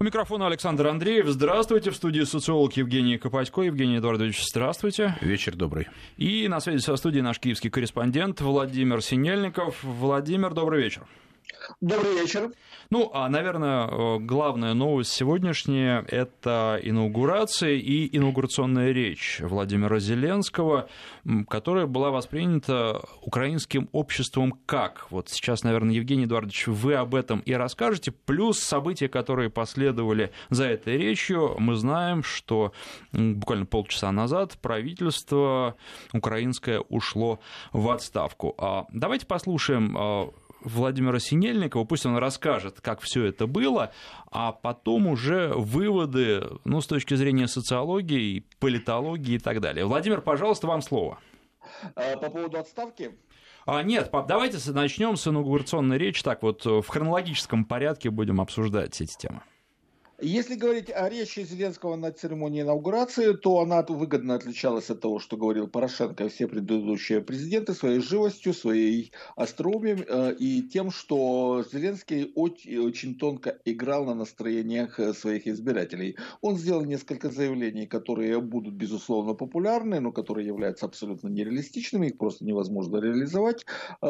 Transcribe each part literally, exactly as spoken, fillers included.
У микрофона Александр Андреев. Здравствуйте. В студии социолог Евгений Копатько. Евгений Эдуардович, здравствуйте. Вечер добрый. И на связи со студией наш киевский корреспондент Владимир Синельников. Владимир, добрый вечер. Добрый вечер. Ну, а, наверное, главная новость сегодняшняя – это инаугурация и инаугурационная речь Владимира Зеленского, которая была воспринята украинским обществом как? Вот сейчас, наверное, Евгений Эдуардович, вы об этом и расскажете, плюс события, которые последовали за этой речью. Мы знаем, что буквально полчаса назад правительство украинское ушло в отставку. Давайте послушаем Владимира Синельникова, пусть он расскажет, как все это было, а потом уже выводы, ну, с точки зрения социологии, политологии и так далее. Владимир, пожалуйста, вам слово. По поводу отставки? А, нет, давайте начнем с инаугурационной речи, так вот в хронологическом порядке будем обсуждать эти темы. Если говорить о речи Зеленского на церемонии инаугурации, то она выгодно отличалась от того, что говорил Порошенко и все предыдущие президенты, своей живостью, своей остроумием и тем, что Зеленский очень тонко играл на настроениях своих избирателей. Он сделал несколько заявлений, которые будут, безусловно, популярны, но которые являются абсолютно нереалистичными, их просто невозможно реализовать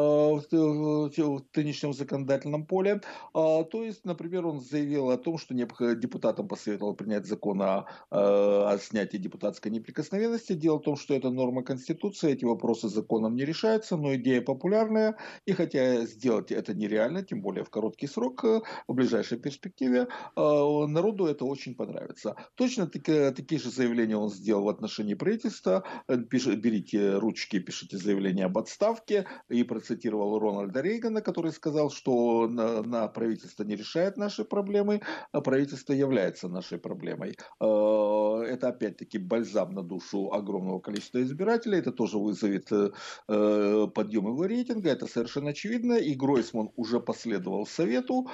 в нынешнем законодательном поле. То есть, например, он заявил о том, что необходимо депутатам посоветовал принять закон о, о снятии депутатской неприкосновенности. Дело в том, что это норма Конституции, эти вопросы законом не решаются, но идея популярная, и хотя сделать это нереально, тем более в короткий срок, в ближайшей перспективе, народу это очень понравится. Точно таки, такие же заявления он сделал в отношении правительства. Пишите, берите ручки, пишите заявление об отставке, и процитировал Рональда Рейгана, который сказал, что на, на правительство не решает наши проблемы, а правительство является нашей проблемой. Это опять-таки бальзам на душу огромного количества избирателей, это тоже вызовет подъем его рейтинга, это совершенно очевидно, и Гройсман уже последовал совету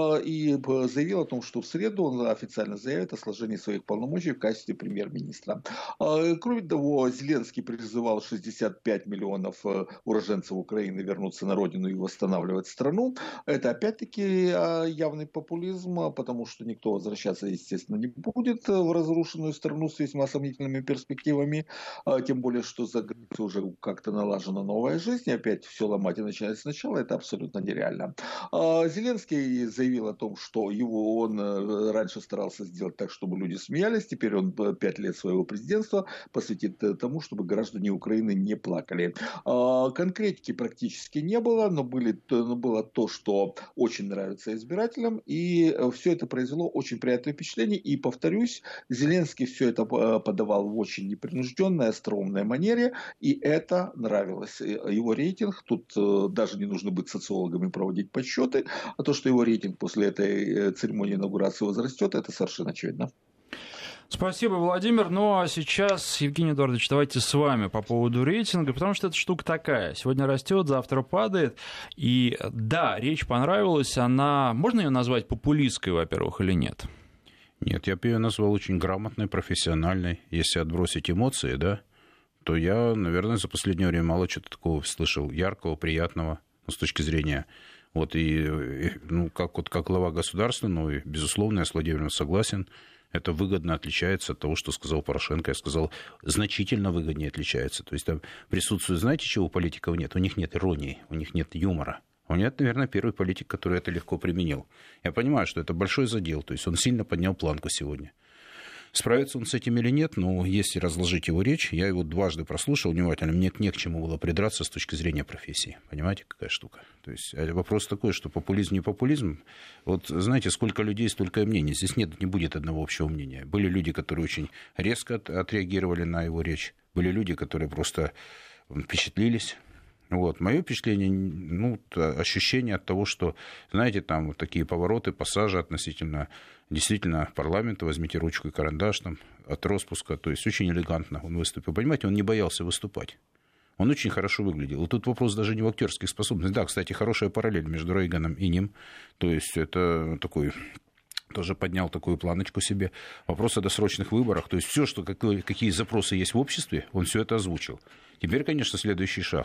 и заявил о том, что в среду он официально заявит о сложении своих полномочий в качестве премьер-министра. Кроме того, Зеленский призывал шестьдесят пять миллионов уроженцев Украины вернуться на родину и восстанавливать страну. Это опять-таки явный популизм, потому что никто возвращаться, естественно, не будет в разрушенную страну с весьма сомнительными перспективами, тем более, что за границей уже как-то налажена новая жизнь, и опять все ломать и начинать сначала, это абсолютно нереально. Зеленский заявил о том, что его он раньше старался сделать так, чтобы люди смеялись, теперь он пять лет своего президентства посвятит тому, чтобы граждане Украины не плакали. Конкретики практически не было, но были, было то, что очень нравится избирателям, и все это произвело очень приятное впечатление, и, повторюсь, Зеленский все это подавал в очень непринужденной, остроумной манере, и это нравилось. Его рейтинг, тут даже не нужно быть социологами проводить подсчеты, а то, что его рейтинг после этой церемонии инаугурации возрастет, это совершенно очевидно. Спасибо, Владимир. Ну, а сейчас, Евгений Эдуардович, давайте с вами по поводу рейтинга, потому что эта штука такая. Сегодня растет, завтра падает. И да, речь понравилась, она... Можно ее назвать популистской, во-первых, или нет? Нет, я бы ее назвал очень грамотной, профессиональной. Если отбросить эмоции, да, то я, наверное, за последнее время мало чего-то такого слышал яркого, приятного, ну, с точки зрения... Вот и, ну, как, вот, как глава государства, ну, и, безусловно, я с Владимиром согласен, это выгодно отличается от того, что сказал Порошенко. Я сказал, значительно выгоднее отличается. То есть там присутствует, знаете, чего у политиков нет? У них нет иронии, у них нет юмора. У него, наверное, первый политик, который это легко применил. Я понимаю, что это большой задел, то есть он сильно поднял планку сегодня. Справится он с этим или нет, но если разложить его речь, я его дважды прослушал внимательно, мне не к чему было придраться с точки зрения профессии. Понимаете, какая штука? То есть вопрос такой, что популизм не популизм. Вот знаете, сколько людей, столько и мнений. Здесь нет, не будет одного общего мнения. Были люди, которые очень резко отреагировали на его речь. Были люди, которые просто впечатлились. Вот. Мое впечатление, ну, ощущение от того, что, знаете, там вот такие повороты, пассажи относительно действительно парламента, возьмите ручку и карандаш там, от распуска, то есть очень элегантно он выступил. Понимаете, он не боялся выступать. Он очень хорошо выглядел. И тут вопрос даже не в актерских способностях. Да, кстати, хорошая параллель между Рейганом и ним. То есть это такой... тоже поднял такую планочку себе. Вопрос о досрочных выборах. То есть все, что, какие запросы есть в обществе, он все это озвучил. Теперь, конечно, следующий шаг.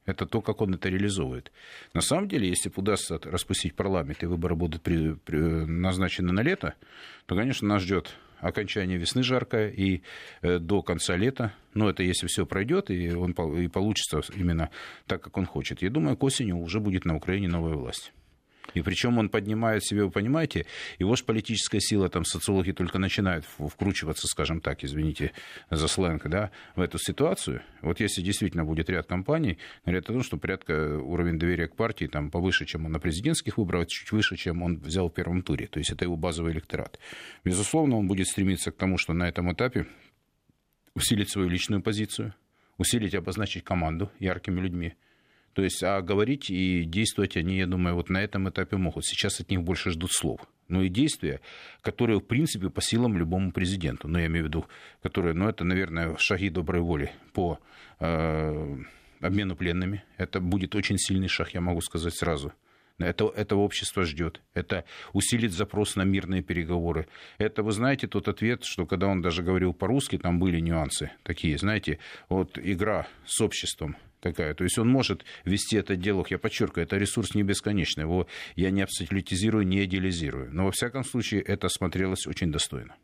Это то, как он это реализовывает. На самом деле, если удастся распустить парламент, и выборы будут при, при, назначены на лето, то, конечно, нас ждет окончание весны жаркое и э, до конца лета. Но это если все пройдет, и, он, и получится именно так, как он хочет. Я думаю, к осени уже будет на Украине новая власть. И причем он поднимает себе, вы понимаете, его же политическая сила, там социологи только начинают вкручиваться, скажем так, извините за сленг, да, в эту ситуацию. Вот если действительно будет ряд кампаний, говорят о том, что порядка уровень доверия к партии там повыше, чем он на президентских выборах, чуть выше, чем он взял в первом туре. То есть это его базовый электорат. Безусловно, он будет стремиться к тому, что на этом этапе усилить свою личную позицию, усилить, обозначить команду яркими людьми. То есть, а говорить и действовать они, я думаю, вот на этом этапе могут. Сейчас от них больше ждут слов. Ну и действия, которые, в принципе, по силам любому президенту. Ну, я имею в виду, которые, ну, это, наверное, шаги доброй воли по э, обмену пленными. Это будет очень сильный шаг, я могу сказать сразу. Это, этого общество ждет. Это усилит запрос на мирные переговоры. Это, вы знаете, тот ответ, что когда он даже говорил по-русски, там были нюансы такие, знаете, вот игра с обществом такая. То есть он может вести этот диалог. Я подчеркиваю, это ресурс не бесконечный. Его я не абсолютизирую, не идеализирую. Но, во всяком случае, это смотрелось очень достойно.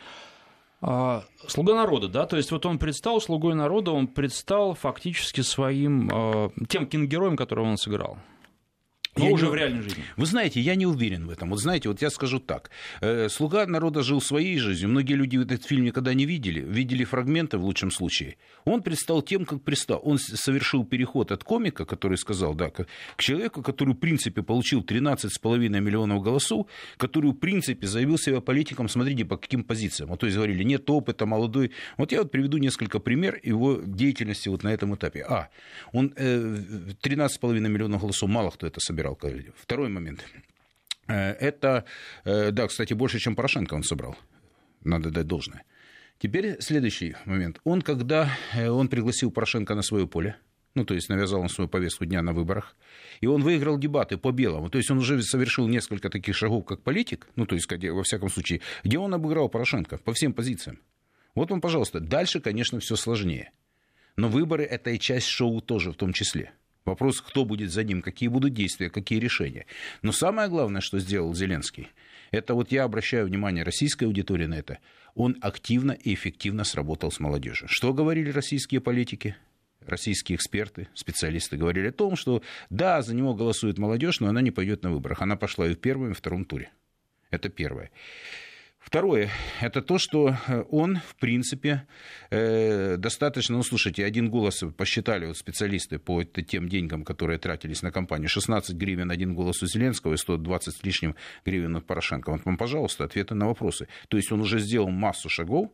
А, слуга народа, да, то есть вот он предстал слугой народа, он предстал фактически своим, тем киногероем, которого он сыграл. Но я уже не... в реальной жизни. Вы знаете, я не уверен в этом. Вот знаете, вот я скажу так. «Слуга народа» жил своей жизнью. Многие люди этот фильм никогда не видели. Видели фрагменты, в лучшем случае. Он предстал тем, как предстал. Он совершил переход от комика, который сказал, да, к человеку, который, в принципе, получил тринадцать с половиной миллионов голосов, который, в принципе, заявил себя политиком, смотрите, по каким позициям. Вот, то есть говорили, нет опыта, молодой. Вот я вот приведу несколько примеров его деятельности вот на этом этапе. А, он тринадцать с половиной миллионов голосов, мало кто это собирал. Второй момент. Это, да, кстати, больше, чем Порошенко он собрал. Надо дать должное. Теперь следующий момент. Он, когда он пригласил Порошенко на свое поле, ну, то есть навязал он свою повестку дня на выборах, и он выиграл дебаты по белому, то есть он уже совершил несколько таких шагов, как политик, ну, то есть, во всяком случае, где он обыграл Порошенко по всем позициям. Вот он, пожалуйста. Дальше, конечно, все сложнее. Но выборы – это и часть шоу тоже в том числе. Вопрос, кто будет за ним, какие будут действия, какие решения. Но самое главное, что сделал Зеленский, это вот я обращаю внимание российской аудитории на это, он активно и эффективно сработал с молодежью. Что говорили российские политики, российские эксперты, специалисты? Говорили о том, что да, за него голосует молодежь, но она не пойдет на выборах. Она пошла и в первом, и в втором туре. Это первое. Второе, это то, что он, в принципе, достаточно, ну, слушайте, один голос посчитали вот специалисты по тем деньгам, которые тратились на кампанию, шестнадцать гривен один голос у Зеленского и сто двадцать с лишним гривен от Порошенко. Вот вам, пожалуйста, ответы на вопросы. То есть он уже сделал массу шагов,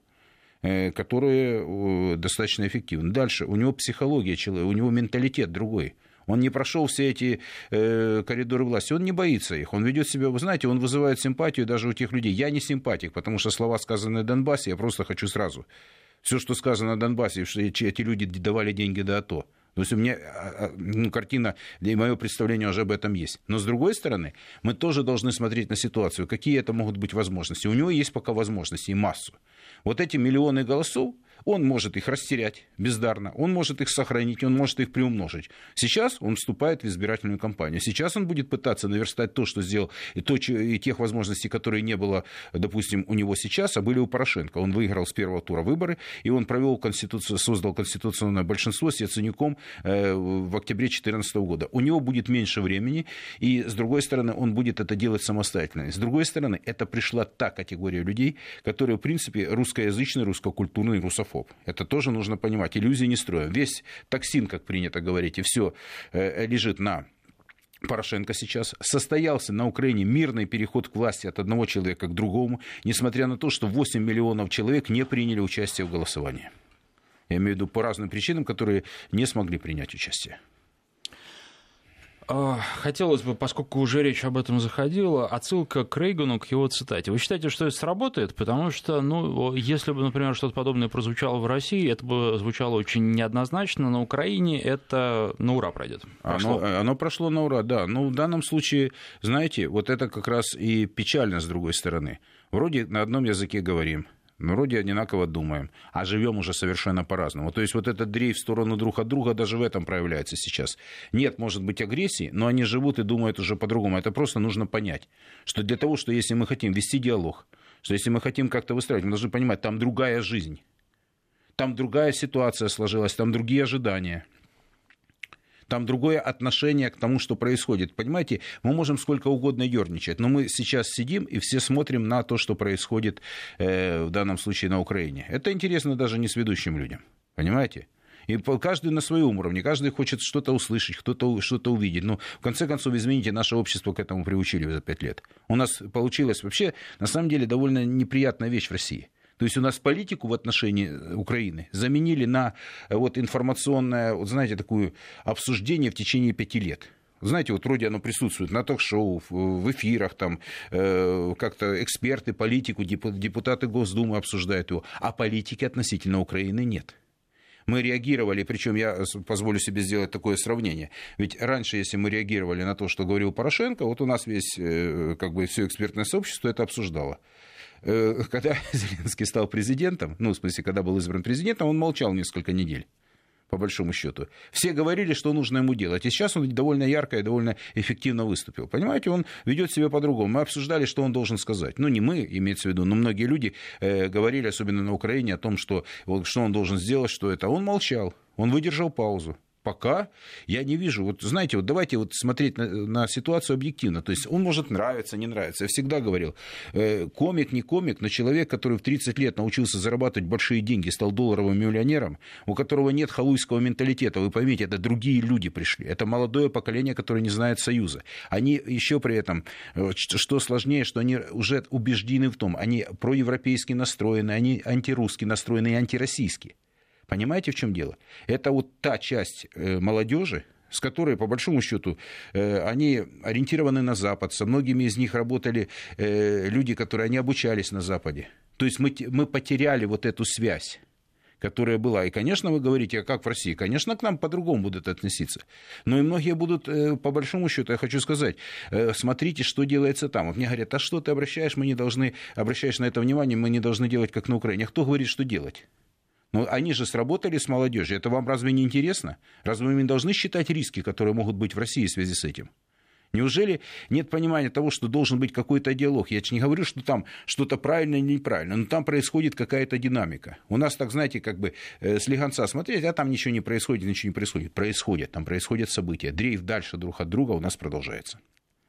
которые достаточно эффективны. Дальше, у него психология человека, у него менталитет другой. Он не прошел все эти э, коридоры власти, он не боится их, он ведет себя, вы знаете, он вызывает симпатию даже у тех людей. Я не симпатик, потому что слова, сказанные в Донбассе, я просто хочу сразу. Все, что сказано о Донбассе, что эти люди давали деньги до АТО. То есть у меня ну, картина, и мое представление уже об этом есть. Но с другой стороны, мы тоже должны смотреть на ситуацию, какие это могут быть возможности. У него есть пока возможности и массу. Вот эти миллионы голосов, он может их растерять бездарно, он может их сохранить, он может их приумножить. Сейчас он вступает в избирательную кампанию. Сейчас он будет пытаться наверстать то, что сделал, и, то, и тех возможностей, которые не было, допустим, у него сейчас, а были у Порошенко. Он выиграл с первого тура выборы, и он провел конституцию, создал конституционное большинство с Яценюком э, в октябре две тысячи четырнадцатого года. У него будет меньше времени, и, с другой стороны, он будет это делать самостоятельно. С другой стороны, это пришла та категория людей, которые, в принципе, русскоязычные, русскокультурные, русофобы. Это тоже нужно понимать. Иллюзии не строим. Весь токсин, как принято говорить, и все лежит на Порошенко сейчас. Состоялся на Украине мирный переход к власти от одного человека к другому, несмотря на то, что восемь миллионов человек не приняли участие в голосовании. Я имею в виду по разным причинам, которые не смогли принять участие. Хотелось бы, поскольку уже речь об этом заходила, отсылка к Рейгану, к его цитате. Вы считаете, что это сработает? Потому что, ну, если бы, например, что-то подобное прозвучало в России, это бы звучало очень неоднозначно. На Украине это на ура пройдет. Оно, оно прошло на ура, да. Но в данном случае, знаете, вот это как раз и печально с другой стороны. Вроде на одном языке говорим. но вроде одинаково думаем, а живем уже совершенно по-разному. То есть вот этот дрейф в сторону друг от друга даже в этом проявляется сейчас. Нет, может быть, агрессии, но они живут и думают уже по-другому. Это просто нужно понять, что для того, что если мы хотим вести диалог, что если мы хотим как-то выстраивать, мы должны понимать, там другая жизнь, там другая ситуация сложилась, там другие ожидания. Там другое отношение к тому, что происходит. Понимаете, мы можем сколько угодно ерничать, но мы сейчас сидим и все смотрим на то, что происходит э, в данном случае на Украине. Это интересно даже несведущим людям. Понимаете? И каждый на своем уровне, каждый хочет что-то услышать, кто-то что-то увидеть. Но в конце концов, извините, наше общество к этому приучили за пять лет. У нас получилось вообще, на самом деле, довольно неприятная вещь в России. То есть у нас политику в отношении Украины заменили на вот информационное, вот знаете, такое обсуждение в течение пяти лет. Знаете, вот вроде оно присутствует на ток-шоу, в эфирах, там э, как-то эксперты, политику, депутаты Госдумы обсуждают его, а политики относительно Украины нет. Мы реагировали, причем я позволю себе сделать такое сравнение. Ведь раньше, если мы реагировали на то, что говорил Порошенко, вот у нас весь, как бы, все экспертное сообщество это обсуждало. Когда Зеленский стал президентом, ну, в смысле, когда был избран президентом, он молчал несколько недель, по большому счету. Все говорили, что нужно ему делать. И сейчас он довольно ярко и довольно эффективно выступил. Понимаете, он ведет себя по-другому. Мы обсуждали, что он должен сказать. Ну, не мы, имеется в виду, но многие люди э, говорили, особенно на Украине, о том, что, что он должен сделать, что это. Он молчал, он выдержал паузу. Пока я не вижу. Вот знаете, вот давайте вот смотреть на, на ситуацию объективно. То есть он может нравиться, не нравиться. Я всегда говорил, э, комик, не комик, но человек, который в тридцать лет научился зарабатывать большие деньги, стал долларовым миллионером, у которого нет халуйского менталитета. Вы поймите, это другие люди пришли. Это молодое поколение, которое не знает союза. Они еще при этом, что сложнее, что они уже убеждены в том, они проевропейски настроены, они антирусски настроены и антироссийские. Понимаете, в чем дело? Это вот та часть э, молодежи, с которой, по большому счету, э, они ориентированы на Запад. Со многими из них работали э, люди, которые они обучались на Западе. То есть мы, мы потеряли вот эту связь, которая была. И, конечно, вы говорите, а как в России? Конечно, к нам по-другому будут относиться. Но и многие будут, э, по большому счету, я хочу сказать, э, смотрите, что делается там. Вот мне говорят, а что ты обращаешь, мы не должны, обращаешь на это внимание, мы не должны делать, как на Украине. А кто говорит, что делать? Но они же сработали с молодежью. Это вам разве не интересно? Разве мы не должны считать риски, которые могут быть в России в связи с этим? Неужели нет понимания того, что должен быть какой-то диалог? Я же не говорю, что там что-то правильно или неправильно, но там происходит какая-то динамика. У нас, так знаете, как бы э, слегонца смотреть, а там ничего не происходит, ничего не происходит. Происходит, там происходят события. Дрейф дальше друг от друга у нас продолжается.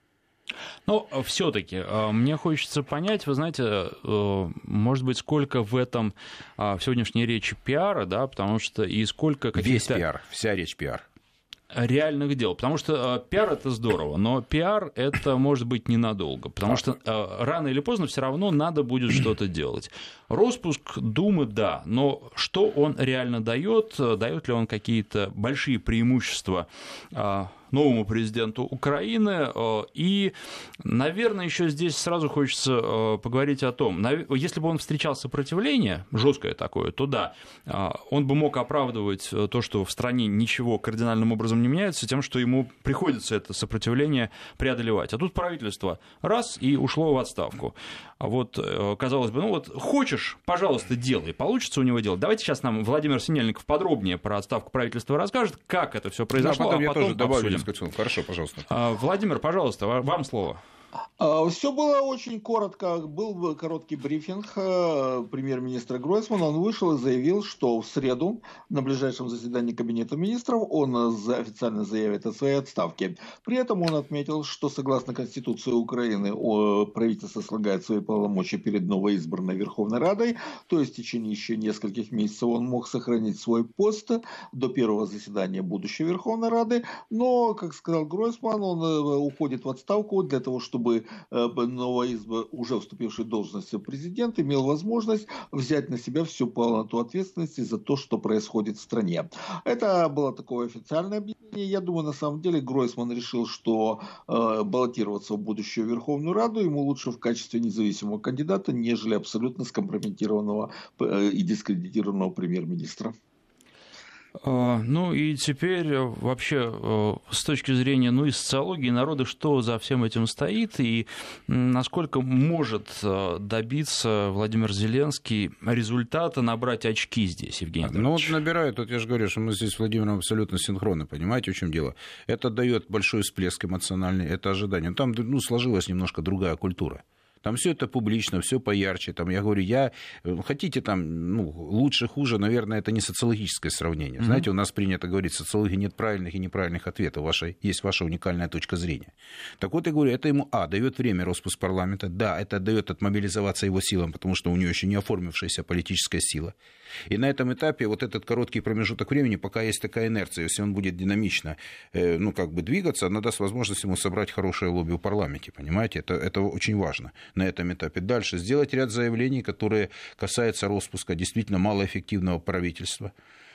Но все-таки мне хочется понять, вы знаете, может быть, сколько в этом в сегодняшней речи пиара, да, потому что и сколько каких-то... Весь пиар, вся речь пиар. Реальных дел, потому что пиар это здорово, но пиар это может быть ненадолго, потому что рано или поздно все равно надо будет что-то делать. Распуск Думы, да, но что он реально дает, дает ли он какие-то большие преимущества новому президенту Украины? И, наверное, еще здесь сразу хочется поговорить о том, если бы он встречал сопротивление, жесткое такое, то да, он бы мог оправдывать то, что в стране ничего кардинальным образом не меняется, тем, что ему приходится это сопротивление преодолевать. А тут правительство раз и ушло в отставку. Вот, казалось бы, ну вот хочешь, пожалуйста, делай, получится у него делать. Давайте сейчас нам Владимир Синельников подробнее про отставку правительства расскажет, как это все произошло, да, потом а потом я тоже добавлю. обсудим. Хорошо, пожалуйста. Владимир, пожалуйста, вам слово. Все было очень коротко. Был короткий брифинг премьер-министра Гройсмана. Он вышел и заявил, что в среду на ближайшем заседании Кабинета министров он официально заявит о своей отставке. При этом он отметил, что согласно Конституции Украины правительство слагает свои полномочия перед новоизбранной Верховной Радой. То есть в течение еще нескольких месяцев он мог сохранить свой пост до первого заседания будущей Верховной Рады. Но, как сказал Гройсман, он уходит в отставку для того, чтобы чтобы новоизбранный, уже вступивший в должность президент, имел возможность взять на себя всю полноту ответственности за то, что происходит в стране. Это было такое официальное объявление. Я думаю, на самом деле Гройсман решил, что э, баллотироваться в будущую Верховную Раду ему лучше в качестве независимого кандидата, нежели абсолютно скомпрометированного э, и дискредитированного премьер-министра. Ну и теперь вообще с точки зрения ну, и социологии народа, что за всем этим стоит и насколько может добиться Владимир Зеленский результата, набрать очки здесь, Евгений Иванович? Ну вот набирает, вот я же говорю, что мы здесь с Владимиром абсолютно синхронны, понимаете, в чем дело? Это дает большой всплеск эмоциональный, это ожидание. Там ну, сложилась немножко другая культура. Там все это публично, все поярче. Там, я говорю, я хотите там ну, лучше, хуже, наверное, это не социологическое сравнение. Mm-hmm. Знаете, у нас принято говорить, в социологии нет правильных и неправильных ответов. Ваша, есть ваша уникальная точка зрения. Так вот, я говорю, это ему, а, дает время распуск парламента. Да, это дает отмобилизоваться его силам, потому что у него еще не оформившаяся политическая сила. И на этом этапе вот этот короткий промежуток времени, пока есть такая инерция, если он будет динамично э, ну, как бы двигаться, она даст возможность ему собрать хорошее лобби в парламенте, понимаете? Это, это очень важно на этом этапе. Дальше сделать ряд заявлений, которые касаются распуска действительно малоэффективного правительства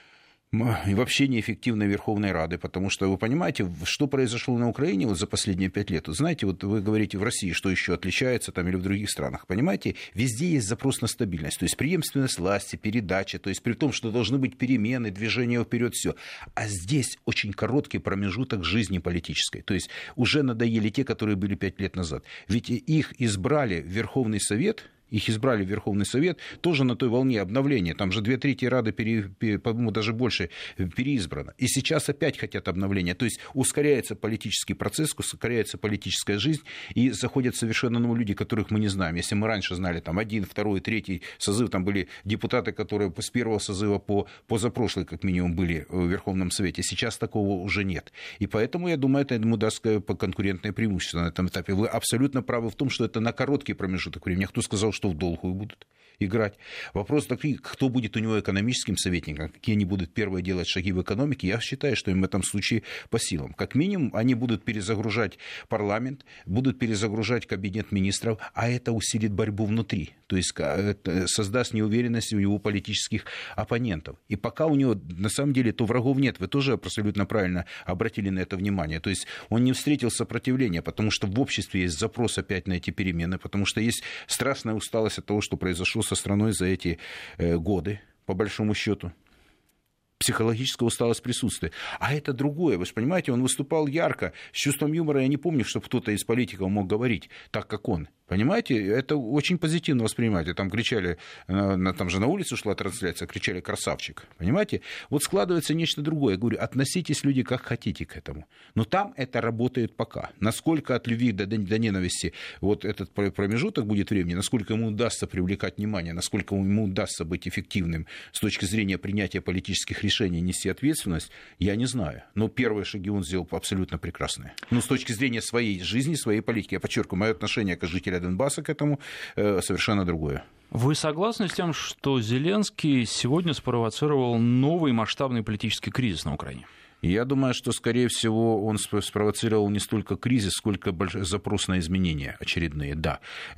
и вообще неэффективной Верховной Рады, потому что, вы понимаете, что произошло на Украине вот за последние пять лет? Вот знаете, вот вы говорите в России, что еще отличается там или в других странах, понимаете, везде есть запрос на стабильность, то есть преемственность власти, передача, то есть при том, что должны быть перемены, движение вперед, все. А здесь очень короткий промежуток жизни политической, то есть уже надоели те, которые были пять лет назад. Ведь их избрали в Верховный Совет. Их избрали в Верховный Совет тоже на той волне обновления. Там же две трети Рады, пере, пере, по-моему, даже больше переизбрано. И сейчас опять хотят обновления. То есть ускоряется политический процесс, ускоряется политическая жизнь, и заходят совершенно новые люди, которых мы не знаем. Если мы раньше знали там один, второй, третий созыв, там были депутаты, которые с первого созыва по позапрошлый, как минимум, были в Верховном Совете. Сейчас такого уже нет. И поэтому, я думаю, это ему даст конкурентное преимущество на этом этапе. Вы абсолютно правы в том, что это на короткий промежуток времени. Кто сказал, что что в долгую будут играть. Вопрос такой, кто будет у него экономическим советником, какие они будут первые делать шаги в экономике, я считаю, что им в этом случае по силам. Как минимум, они будут перезагружать парламент, будут перезагружать кабинет министров, а это усилит борьбу внутри, то есть создаст неуверенность у его политических оппонентов. И пока у него, на самом деле, то врагов нет, вы тоже абсолютно правильно обратили на это внимание, то есть он не встретил сопротивления, потому что в обществе есть запрос опять на эти перемены, потому что есть страшная усталость от того, что произошло со страной за эти э, годы, по большому счету. Психологическая усталость присутствует. А это другое. Вы же понимаете, он выступал ярко, с чувством юмора. Я не помню, чтобы кто-то из политиков мог говорить так, как он. Понимаете, это очень позитивно воспринимать. Там кричали, там же на улице шла трансляция, кричали «красавчик». Понимаете? Вот складывается нечто другое. Я говорю, относитесь, люди, как хотите к этому. Но там это работает пока. Насколько от любви до, до ненависти вот этот промежуток будет времени, насколько ему удастся привлекать внимание, насколько ему удастся быть эффективным с точки зрения принятия политических решений, нести ответственность, я не знаю. Но первые шаги он сделал абсолютно прекрасные. Но с точки зрения своей жизни, своей политики, я подчеркиваю, мое отношение как жителя Донбасса к этому э, совершенно другое. Вы согласны с тем, что Зеленский сегодня спровоцировал новый масштабный политический кризис на Украине? Я думаю, что, скорее всего, он спровоцировал не столько кризис, сколько запрос на изменения очередные. Да.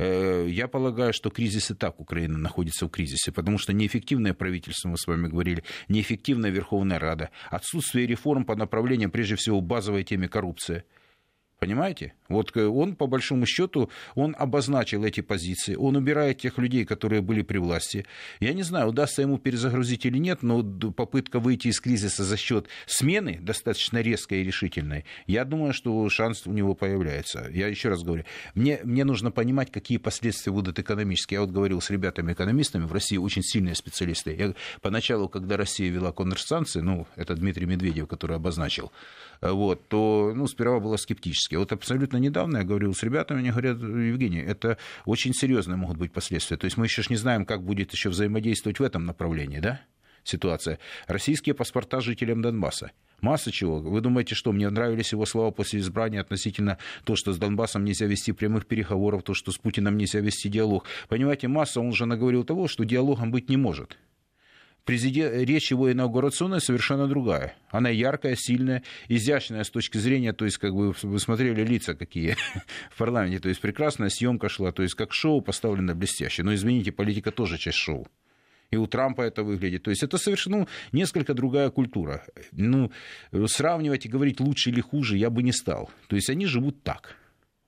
Я полагаю, что кризис и так Украина находится в кризисе, потому что неэффективное правительство, мы с вами говорили, неэффективная Верховная Рада, отсутствие реформ по направлениям, прежде всего, базовой теме коррупции. Понимаете? Вот он, по большому счету, он обозначил эти позиции, он убирает тех людей, которые были при власти. Я не знаю, удастся ему перезагрузить или нет, но попытка выйти из кризиса за счет смены, достаточно резкой и решительной, я думаю, что шанс у него появляется. Я еще раз говорю, мне, мне нужно понимать, какие последствия будут экономические. Я вот говорил с ребятами-экономистами, в России очень сильные специалисты. Я, поначалу, когда Россия вела контрсанкции, ну, это Дмитрий Медведев, который обозначил, вот, то ну, сперва было скептически. Вот абсолютно недавно я говорил с ребятами, они говорят, Евгений, это очень серьезные могут быть последствия. То есть мы еще не знаем, как будет еще взаимодействовать в этом направлении, да, ситуация. Российские паспорта жителям Донбасса. Масса чего. Вы думаете, что мне нравились его слова после избрания относительно того, что с Донбассом нельзя вести прямых переговоров, то, что с Путиным нельзя вести диалог. Понимаете, Масса, он же наговорил того, что диалогом быть не может. Президент, речь его инаугурационная совершенно другая. Она яркая, сильная, изящная с точки зрения, то есть, как бы вы смотрели лица какие в парламенте, то есть, прекрасная съемка шла, то есть, как шоу поставлено блестяще. Но, извините, политика тоже часть шоу. И у Трампа это выглядит. То есть, это совершенно ну, несколько другая культура. Ну, сравнивать и говорить лучше или хуже я бы не стал. То есть, они живут так.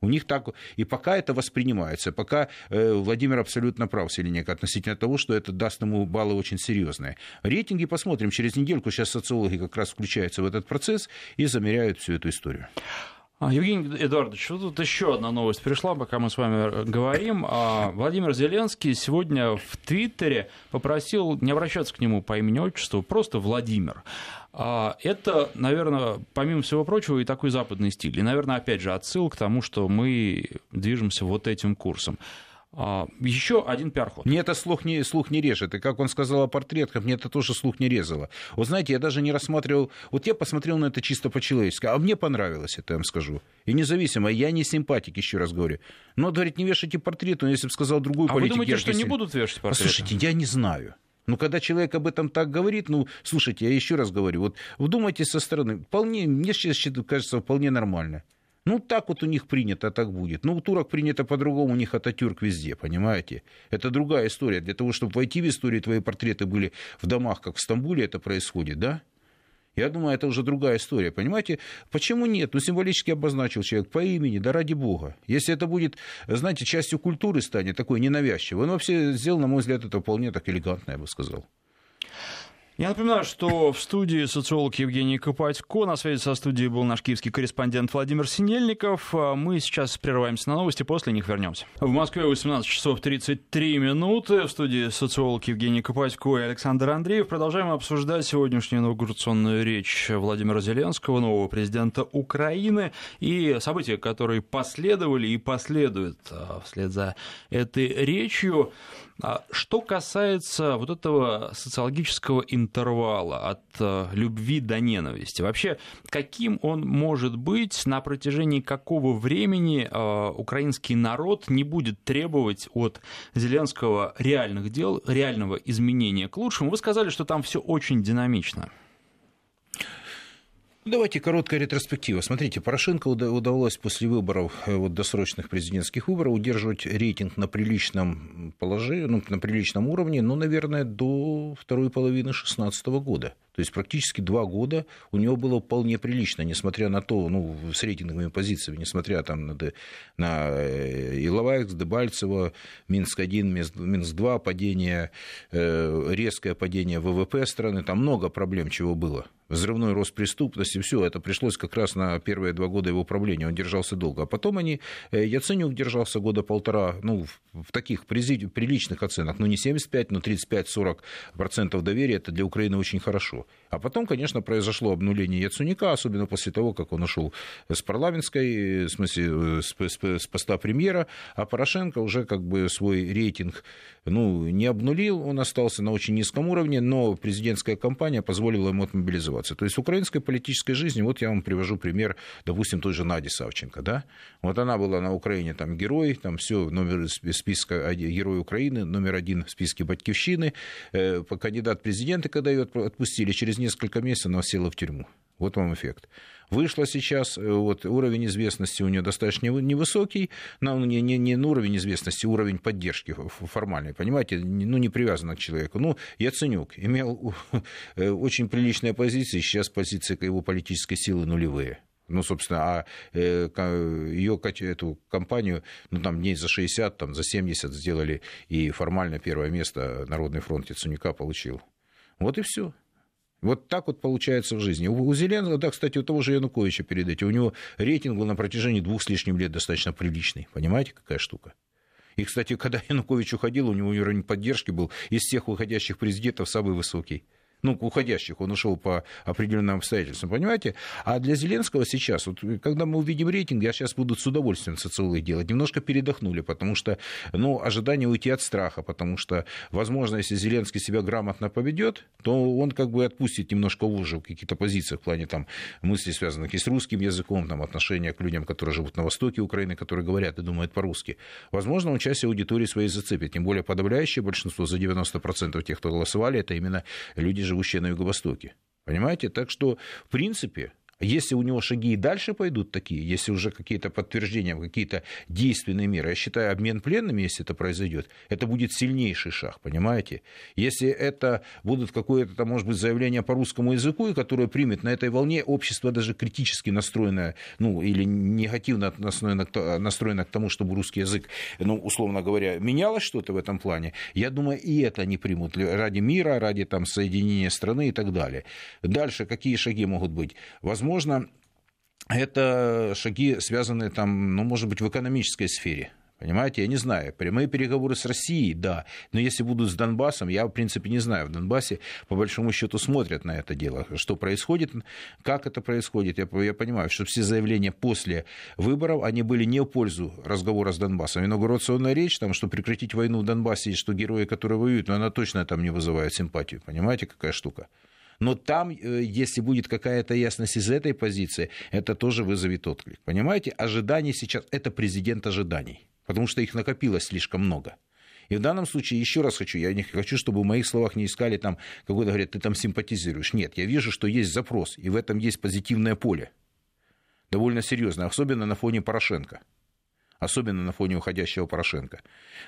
У них так... И пока это воспринимается, пока э, Владимир абсолютно прав, Селенек, относительно того, что это даст ему баллы очень серьезные. Рейтинги посмотрим через недельку. Сейчас социологи как раз включаются в этот процесс и замеряют всю эту историю. Евгений Эдуардович, тут еще одна новость пришла, пока мы с вами говорим. Владимир Зеленский сегодня в Твиттере попросил не обращаться к нему по имени-отчеству, просто Владимир. Это, наверное, помимо всего прочего, и такой западный стиль. И, наверное, опять же, отсыл к тому, что мы движемся вот этим курсом. Еще один пиар-ход. Мне это слух не, слух не режет. И как он сказал о портретках, мне это тоже слух не резало. Вот знаете, я даже не рассматривал... Вот я посмотрел на это чисто по-человечески. А мне понравилось это, я вам скажу. И независимо, я не симпатик, еще раз говорю. Но, говорит, не вешайте портреты, но если бы сказал другую а политику... А вы думаете, я, что если... не будут вешать портреты? Послушайте, я не знаю. Ну, когда человек об этом так говорит, ну, слушайте, я еще раз говорю, вот вдумайтесь со стороны, вполне, мне сейчас кажется, вполне нормально. Ну, так вот у них принято, так будет. Ну, у турок принято по-другому, у них Ататюрк везде, понимаете? Это другая история. Для того, чтобы войти в историю, твои портреты были в домах, как в Стамбуле это происходит, да? Я думаю, это уже другая история, понимаете? Почему нет? Ну, символически обозначил человек по имени, да ради бога. Если это будет, знаете, частью культуры станет, такой ненавязчивой, он вообще сделал, на мой взгляд, это вполне так элегантно, я бы сказал. Я напоминаю, что в студии социолог Евгений Копатько. На связи со студией был наш киевский корреспондент Владимир Синельников. Мы сейчас прерываемся на новости, после них вернемся. В Москве восемнадцать часов тридцать три минуты. В студии социолог Евгений Копатько и Александр Андреев. Продолжаем обсуждать сегодняшнюю инаугурационную речь Владимира Зеленского, нового президента Украины, и события, которые последовали и последуют вслед за этой речью. Что касается вот этого социологического интервала от любви до ненависти, вообще, каким он может быть, на протяжении какого времени украинский народ не будет требовать от Зеленского реальных дел, реального изменения к лучшему? Вы сказали, что там все очень динамично. Давайте короткая ретроспектива. Смотрите, Порошенко удалось после выборов, вот, досрочных президентских выборов, удерживать рейтинг на приличном положении, ну, на приличном уровне, ну, наверное, до второй половины две тысячи шестнадцатого года. То есть практически два года у него было вполне прилично, несмотря на то, ну, с рейтинговыми позициями, несмотря там, на, на Иловайск, Дебальцево, Минск один, Минск два, падение, резкое падение ВВП страны, там много проблем, чего было. Взрывной рост преступности, все это пришлось как раз на первые два года его правления, он держался долго. А потом они, Яценюк держался года полтора, ну, в таких приличных оценках, ну, не семьдесят пять, но тридцать пять - сорок процентов доверия, это для Украины очень хорошо. А потом, конечно, произошло обнуление Яценюка, особенно после того, как он ушел с парламентской, в смысле, с поста премьера, а Порошенко уже как бы свой рейтинг, ну, не обнулил, он остался на очень низком уровне, но президентская кампания позволила ему отмобилизоваться. То есть в украинской политической жизни, вот я вам привожу пример, допустим, той же Нади Савченко, да, вот она была на Украине там герой, там все, номер списка Герой Украины, номер один в списке Батькивщины, кандидат в президенты, когда ее отпустили, через несколько месяцев она села в тюрьму. Вот вам эффект. Вышла сейчас, вот, уровень известности у нее достаточно невысокий, но не, не, не уровень известности, уровень поддержки формальный, понимаете, ну, не привязан к человеку. Ну, Яценюк имел очень приличные позиции, сейчас позиции его политической силы нулевые. Ну, собственно, а ее, эту компанию, ну, там, дней за шестьдесят, там, за семьдесят сделали, и формально первое место Народный фронт Яценюка получил. Вот и все. Вот так вот получается в жизни. У Зеленского, да, кстати, у того же Януковича перед этим, у него рейтинг был на протяжении двух с лишним лет достаточно приличный. Понимаете, какая штука? И, кстати, когда Янукович уходил, у него уровень поддержки был из всех выходящих президентов самый высокий. Ну, уходящих, он ушел по определенным обстоятельствам, понимаете? А для Зеленского сейчас, вот, когда мы увидим рейтинг, я сейчас буду с удовольствием социологи делать, немножко передохнули, потому что, ну, ожидание уйти от страха, потому что, возможно, если Зеленский себя грамотно поведет, то он как бы отпустит немножко уже какие-то позиции в плане там мыслей, связанных и с русским языком, там, отношения к людям, которые живут на востоке Украины, которые говорят и думают по-русски. Возможно, он часть аудитории своей зацепит, тем более подавляющее большинство, за девяносто процентов тех, кто голосовали, это именно люди, живущие на Юго-Востоке. Понимаете? Так что, в принципе, Если у него шаги и дальше пойдут такие, если уже какие-то подтверждения, какие-то действенные меры, я считаю, обмен пленными, если это произойдет, это будет сильнейший шаг, понимаете? Если это будут какое-то, может быть, заявление по русскому языку, которое примет на этой волне общество даже критически настроенное, ну, или негативно настроено, настроено к тому, чтобы русский язык, ну, условно говоря, менялось что-то в этом плане, я думаю, и это они примут ради мира, ради там соединения страны и так далее. Дальше какие шаги могут быть? Возможно, Возможно, это шаги, связанные там, ну, может быть, в экономической сфере. Понимаете, я не знаю. Прямые переговоры с Россией, да. Но если будут с Донбассом, я, в принципе, не знаю. В Донбассе, по большому счету, смотрят на это дело. Что происходит, как это происходит. Я, я понимаю, что все заявления после выборов, они были не в пользу разговора с Донбассом. Инаугурационная речь, там, что прекратить войну в Донбассе, и что герои, которые воюют, но она точно там не вызывает симпатию. Понимаете, какая штука? Но там, если будет какая-то ясность из этой позиции, это тоже вызовет отклик. Понимаете, ожидания сейчас – это президент ожиданий, потому что их накопилось слишком много. И в данном случае, еще раз хочу, я не хочу, чтобы в моих словах не искали там, какой-то говорят, ты там симпатизируешь. Нет, я вижу, что есть запрос, и в этом есть позитивное поле. Довольно серьезно, особенно на фоне Порошенко. Особенно на фоне уходящего Порошенко.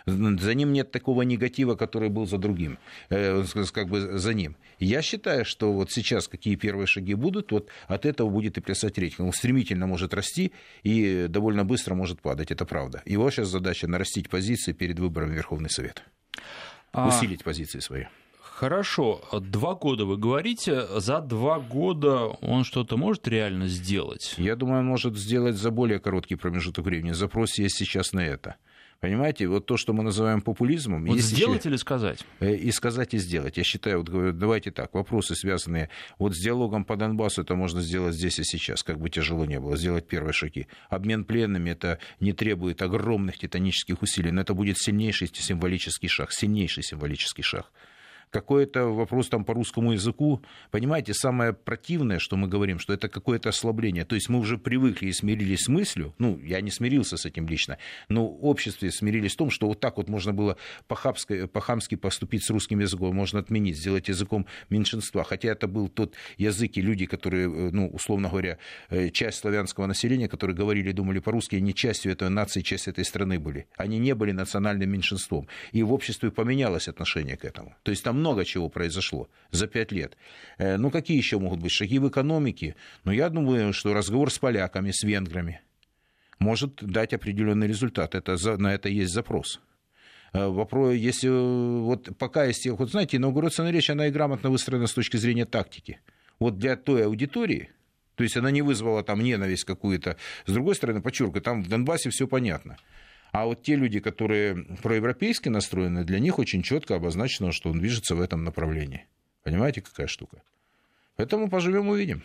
За ним нет такого негатива, который был за другим, э, как бы за ним. Я считаю, что вот сейчас какие первые шаги будут, вот от этого будет и плясать редька. Он стремительно может расти и довольно быстро может падать, это правда. Его сейчас задача нарастить позиции перед выборами в Верховный Совет, а... усилить позиции свои. Хорошо, два года вы говорите, за два года он что-то может реально сделать? Я думаю, он может сделать за более короткий промежуток времени. Запрос есть сейчас на это. Понимаете, вот то, что мы называем популизмом... Вот сделать еще... или сказать? И сказать, и сделать. Я считаю, вот, давайте так, вопросы, связанные вот с диалогом по Донбассу, это можно сделать здесь и сейчас, как бы тяжело не было, сделать первые шаги. Обмен пленными, это не требует огромных титанических усилий, но это будет сильнейший символический шаг, сильнейший символический шаг. Какой-то вопрос там по русскому языку, понимаете, самое противное, что мы говорим, что это какое-то ослабление. То есть мы уже привыкли и смирились с мыслью, ну, я не смирился с этим лично, но в обществе смирились в том, что вот так вот можно было по-хамски поступить с русским языком, можно отменить, сделать языком меньшинства. Хотя это был тот язык и люди, которые, ну, условно говоря, часть славянского населения, которые говорили и думали по-русски, они частью этой нации, частью этой страны были. Они не были национальным меньшинством. И в обществе поменялось отношение к этому. То есть там много чего произошло за пять лет. Ну, какие еще могут быть шаги в экономике? Ну, я думаю, что разговор с поляками, с венграми может дать определенный результат. Это, на это есть запрос. Вопрос, если вот пока есть... Вот знаете, инаугурационная речь, она и грамотно выстроена с точки зрения тактики. Вот для той аудитории, то есть она не вызвала там ненависть какую-то. С другой стороны, подчеркиваю, там в Донбассе все понятно. А вот те люди, которые проевропейски настроены, для них очень четко обозначено, что он движется в этом направлении. Понимаете, какая штука? Поэтому поживем, увидим.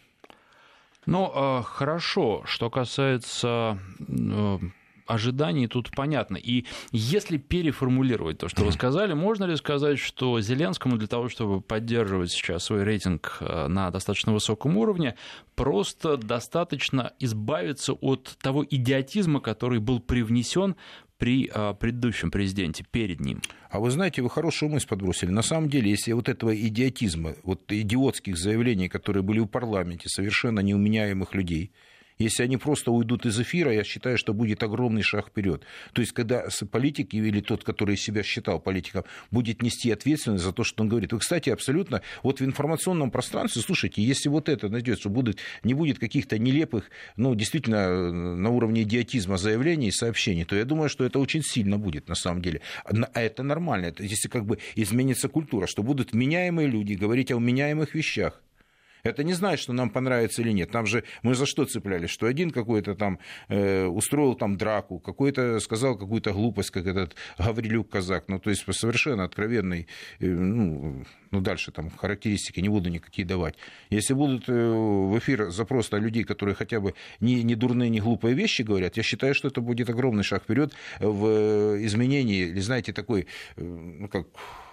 Ну, хорошо. Что касается ожиданий, тут понятно. И если переформулировать то, что вы сказали, можно ли сказать, что Зеленскому для того, чтобы поддерживать сейчас свой рейтинг на достаточно высоком уровне, просто достаточно избавиться от того идиотизма, который был привнесен при предыдущем президенте, перед ним? А вы знаете, вы хорошую мысль подбросили. На самом деле, если вот этого идиотизма, вот идиотских заявлений, которые были в парламенте, совершенно неуменяемых людей, если они просто уйдут из эфира, я считаю, что будет огромный шаг вперед. То есть, когда политик или тот, который себя считал политиком, будет нести ответственность за то, что он говорит. Вы, кстати, абсолютно, вот в информационном пространстве, слушайте, если вот это найдется, что будет, не будет каких-то нелепых, ну, действительно, на уровне идиотизма заявлений и сообщений, то я думаю, что это очень сильно будет, на самом деле. А это нормально, это, если как бы изменится культура, что будут вменяемые люди говорить о вменяемых вещах. Это не значит, что нам понравится или нет. Нам же мы за что цеплялись? Что один какой-то там э, устроил там драку, какой-то сказал какую-то глупость, как этот Гаврилюк казак. Ну, то есть совершенно откровенный, э, ну, ну, дальше там характеристики не буду никакие давать. Если будут э, в эфир запрос на людей, которые хотя бы не, не дурные, не глупые вещи говорят, я считаю, что это будет огромный шаг вперед в изменении, или, знаете, такой, э, ну, как...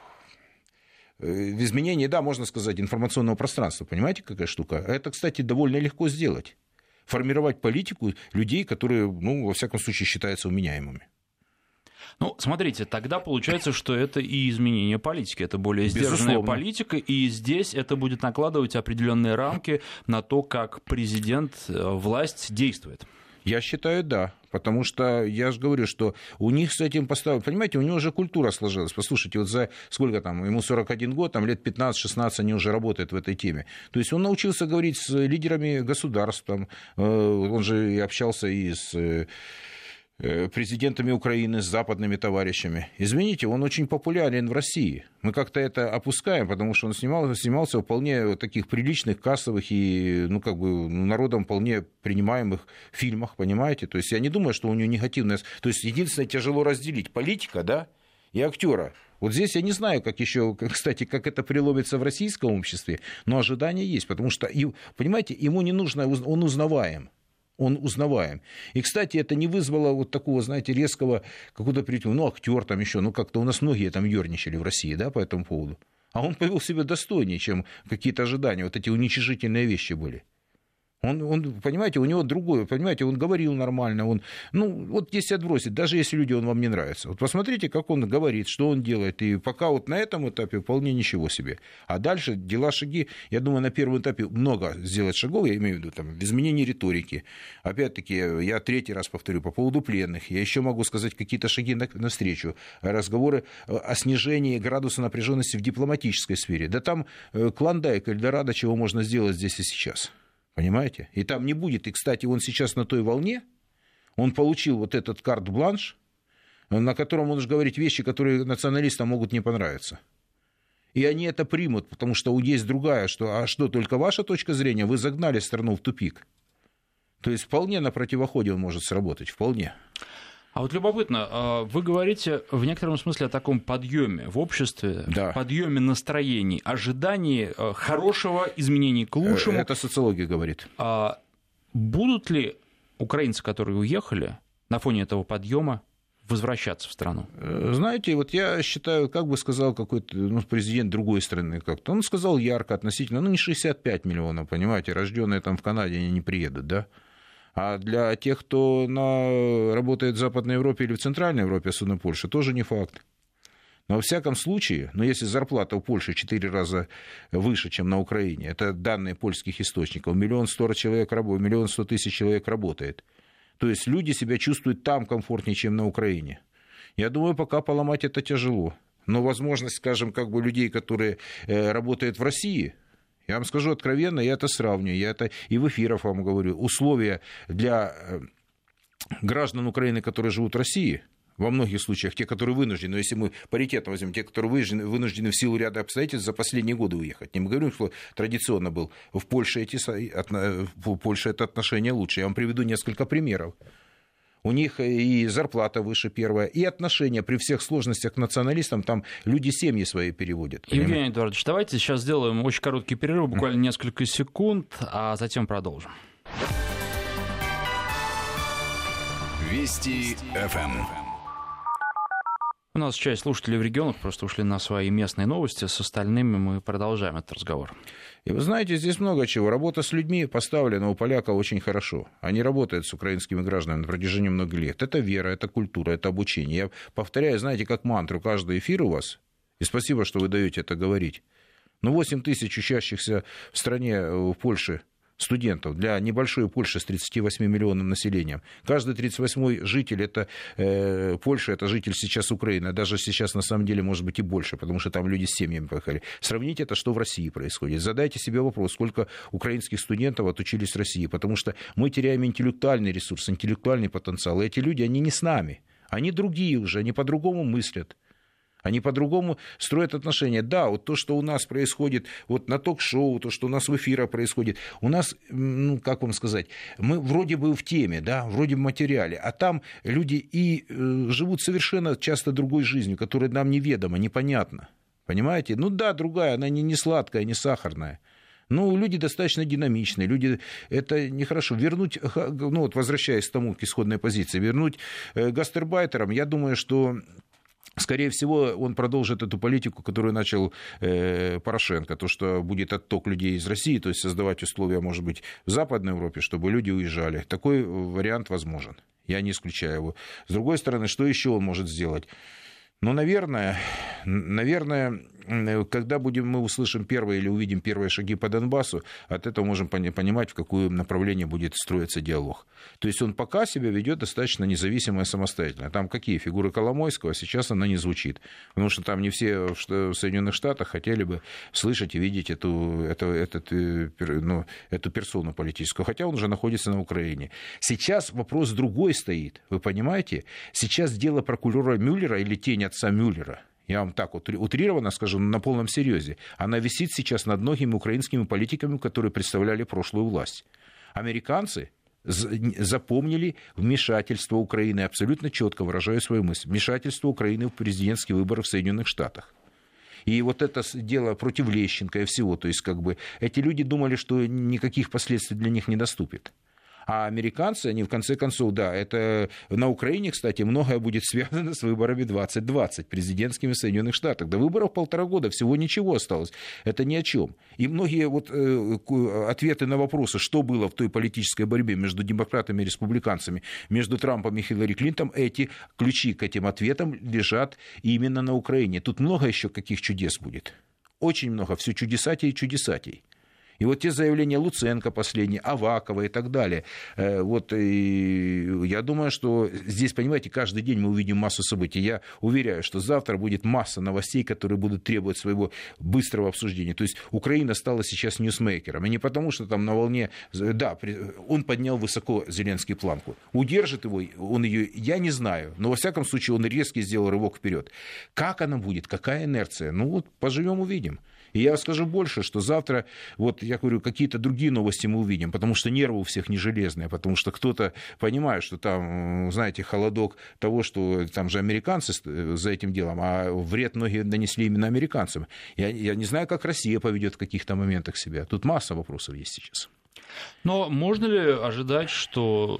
в изменении, да, можно сказать, информационного пространства. Понимаете, какая штука? Это, кстати, довольно легко сделать. Формировать политику людей, которые, ну, во всяком случае, считаются вменяемыми. Ну, смотрите, тогда получается, что это и изменение политики, это более сдержанная Безусловно. политика, и здесь это будет накладывать определенные рамки на то, как президент, власть действует. Я считаю, да. Потому что я же говорю, что у них с этим поставлено... Понимаете, у него уже культура сложилась. Послушайте, вот за сколько там, ему сорок один год, там лет пятнадцать-шестнадцать они уже работают в этой теме. То есть он научился говорить с лидерами государств, там, он же и общался и с президентами Украины, с западными товарищами. Извините, он очень популярен в России. Мы как-то это опускаем, потому что он снимался, снимался в вполне таких приличных, кассовых и, ну, как бы, народом вполне принимаемых фильмах, понимаете? То есть я не думаю, что у него негативное... То есть единственное, тяжело разделить политика, да, и актера. Вот здесь я не знаю, как еще, кстати, как это преломится в российском обществе, но ожидания есть, потому что, понимаете, ему не нужно, он узнаваем. Он узнаваем. И, кстати, это не вызвало вот такого, знаете, резкого какого-то притяга. Ну, актер там еще, ну, как-то у нас многие там ерничали в России, да, по этому поводу. А он повел себя достойнее, чем какие-то ожидания. Вот эти уничижительные вещи были. Он, он, понимаете, у него другое, понимаете, он говорил нормально, он, ну, вот если отбросить, даже если люди, он вам не нравится, вот посмотрите, как он говорит, что он делает, и пока вот на этом этапе вполне ничего себе. А дальше дела, шаги, я думаю, на первом этапе много сделать шагов, я имею в виду, там, изменение риторики. Опять-таки, я третий раз повторю, по поводу пленных, я еще могу сказать какие-то шаги навстречу, разговоры о снижении градуса напряженности в дипломатической сфере. Да там Клондайк, Эльдорадо, чего можно сделать здесь и сейчас. Понимаете? И там не будет. И, кстати, он сейчас на той волне, он получил вот этот карт-бланш, на котором он может говорить вещи, которые националистам могут не понравиться. И они это примут, потому что есть другая, что, а что, только ваша точка зрения, вы загнали страну в тупик. То есть вполне на противоходе он может сработать, вполне. А вот любопытно, вы говорите в некотором смысле о таком подъеме в обществе, да. подъеме настроений, ожидании хорошего изменения к лучшему. Это социология говорит. А будут ли украинцы, которые уехали, на фоне этого подъема возвращаться в страну? Знаете, вот я считаю, как бы сказал какой-то ну, президент другой страны как-то, он сказал ярко относительно, ну не шестьдесят пять миллионов, понимаете, рожденные там в Канаде, они не приедут, да? А для тех, кто на... работает в Западной Европе или в Центральной Европе, особенно в Польше, тоже не факт. Но во всяком случае, ну, если зарплата у Польши в четыре раза выше, чем на Украине, это данные польских источников, миллион сто человек работает, миллион сто тысяч человек работает. То есть люди себя чувствуют там комфортнее, чем на Украине. Я думаю, пока поломать это тяжело. Но возможность, скажем, как бы людей, которые работают в России... Я вам скажу откровенно, я это сравниваю, я это и в эфирах вам говорю. Условия для граждан Украины, которые живут в России, во многих случаях, те, которые вынуждены, но если мы паритетно возьмем, те, которые вынуждены, вынуждены в силу ряда обстоятельств за последние годы уехать. Не мы говорим, что традиционно был в Польше, эти, в Польше это отношение лучше. Я вам приведу несколько примеров. У них и зарплата выше первая, и отношения при всех сложностях к националистам, там люди семьи свои переводят. Евгений понимаете? Эдуардович, давайте сейчас сделаем очень короткий перерыв, буквально несколько секунд, а затем продолжим. Вести эф эм. У нас часть слушателей в регионах просто ушли на свои местные новости, с остальными мы продолжаем этот разговор. И вы знаете, здесь много чего. Работа с людьми поставлена у поляков очень хорошо. Они работают с украинскими гражданами на протяжении многих лет. Это вера, это культура, это обучение. Я повторяю, знаете, как мантру, каждый эфир у вас, и спасибо, что вы даете это говорить. Но восемь тысяч учащихся в стране, в Польше, студентов для небольшой Польши с тридцать восемь миллионным населением. Каждый тридцать восьмой житель это, э, Польши, это житель сейчас Украины. Даже сейчас на самом деле может быть и больше, потому что там люди с семьями поехали. Сравните это, что в России происходит. Задайте себе вопрос, сколько украинских студентов отучились в России. Потому что мы теряем интеллектуальный ресурс, интеллектуальный потенциал. И эти люди, они не с нами. Они другие уже, они по-другому мыслят. Они по-другому строят отношения. Да, вот то, что у нас происходит вот на ток-шоу, то, что у нас в эфирах происходит, у нас, ну, как вам сказать, мы вроде бы в теме, да, вроде бы в материале, а там люди и э, живут совершенно часто другой жизнью, которая нам неведома, непонятна. Понимаете? Ну да, другая, она не, не сладкая, не сахарная. Ну, люди достаточно динамичные, люди, это нехорошо. Вернуть, ну вот возвращаясь к тому, к исходной позиции, вернуть гастарбайтерам, я думаю, что Скорее всего, он продолжит эту политику, которую начал э, Порошенко, то, что будет отток людей из России, то есть создавать условия, может быть, в Западной Европе, чтобы люди уезжали. Такой вариант возможен, я не исключаю его. С другой стороны, что еще он может сделать? Ну, наверное, наверное, когда будем, мы услышим первые или увидим первые шаги по Донбассу, от этого можем понимать, в какое направление будет строиться диалог. То есть он пока себя ведет достаточно независимо и самостоятельно. Там какие фигуры Коломойского, сейчас она не звучит. Потому что там не все в Соединенных Штатах хотели бы слышать и видеть эту, эту, этот, ну, эту персону политическую. Хотя он уже находится на Украине. Сейчас вопрос другой стоит. Вы понимаете? Сейчас дело прокурора Мюллера или тень отца Мюллера, я вам так утрированно скажу, на полном серьезе, она висит сейчас над многими украинскими политиками, которые представляли прошлую власть. Американцы запомнили вмешательство Украины, абсолютно четко выражаю свою мысль, вмешательство Украины в президентские выборы в Соединенных Штатах. И вот это дело против Лещенко и всего, то есть как бы эти люди думали, что никаких последствий для них не наступит. А американцы, они в конце концов, да, это на Украине, кстати, многое будет связано с выборами двадцать двадцать, президентскими в Соединенных Штатах. До выборов полтора года, всего ничего осталось. Это ни о чем. И многие вот, э, ответы на вопросы, что было в той политической борьбе между демократами и республиканцами, между Трампом и Хиллари Клинтон, эти ключи к этим ответам лежат именно на Украине. Тут много еще каких чудес будет. Очень много, все чудесатей и чудесатей. И вот те заявления Луценко последние, Авакова и так далее. Вот, и я думаю, что здесь, понимаете, каждый день мы увидим массу событий. Я уверяю, что завтра будет масса новостей, которые будут требовать своего быстрого обсуждения. То есть Украина стала сейчас ньюсмейкером. И не потому, что там на волне... Да, он поднял высоко Зеленский планку. Удержит его он ее, я не знаю. Но, во всяком случае, он резкий сделал рывок вперед. Как она будет? Какая инерция? Ну вот, поживем, увидим. И я скажу больше, что завтра, вот я говорю, какие-то другие новости мы увидим, потому что нервы у всех не железные, потому что кто-то понимает, что там, знаете, холодок того, что там же американцы за этим делом, а вред многие нанесли именно американцам. Я, я не знаю, как Россия поведет в каких-то моментах себя. Тут масса вопросов есть сейчас. Но можно ли ожидать, что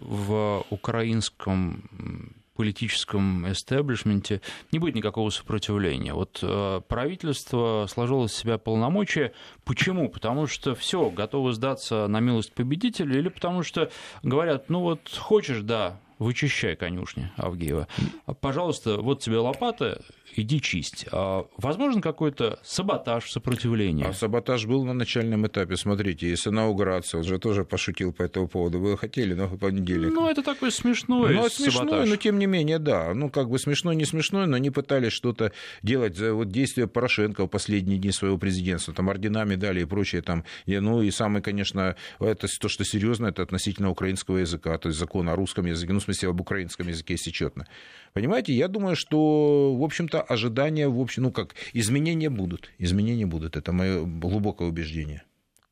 в украинском политическом эстеблишменте не будет никакого сопротивления? Вот э, правительство сложило из себя полномочия. Почему? Потому что все готовы сдаться на милость победителя, или потому что говорят, ну вот хочешь, да, вычищай конюшни Авгиева. Пожалуйста, вот тебе лопата, иди чисть. А возможен какой-то саботаж, сопротивление? А саботаж был на начальном этапе. Смотрите, если инаугурация, он же тоже пошутил по этому поводу. Вы хотели, но в понедельник. Ну, это такой смешной ну, саботаж. Смешной, но тем не менее, да. Ну, как бы смешной, не смешной, но они пытались что-то делать. Вот действия Порошенко в последние дни своего президентства, там ордена, медали и прочее. Там, и, ну, и самое, конечно, это то, что серьезно, это относительно украинского языка, то есть закон о русском языке, ну, в смысле, об украинском языке, если четно. Понимаете, я думаю, что, в общем-то, ожидания, в общем, ну как, изменения будут. Изменения будут. Это мое глубокое убеждение.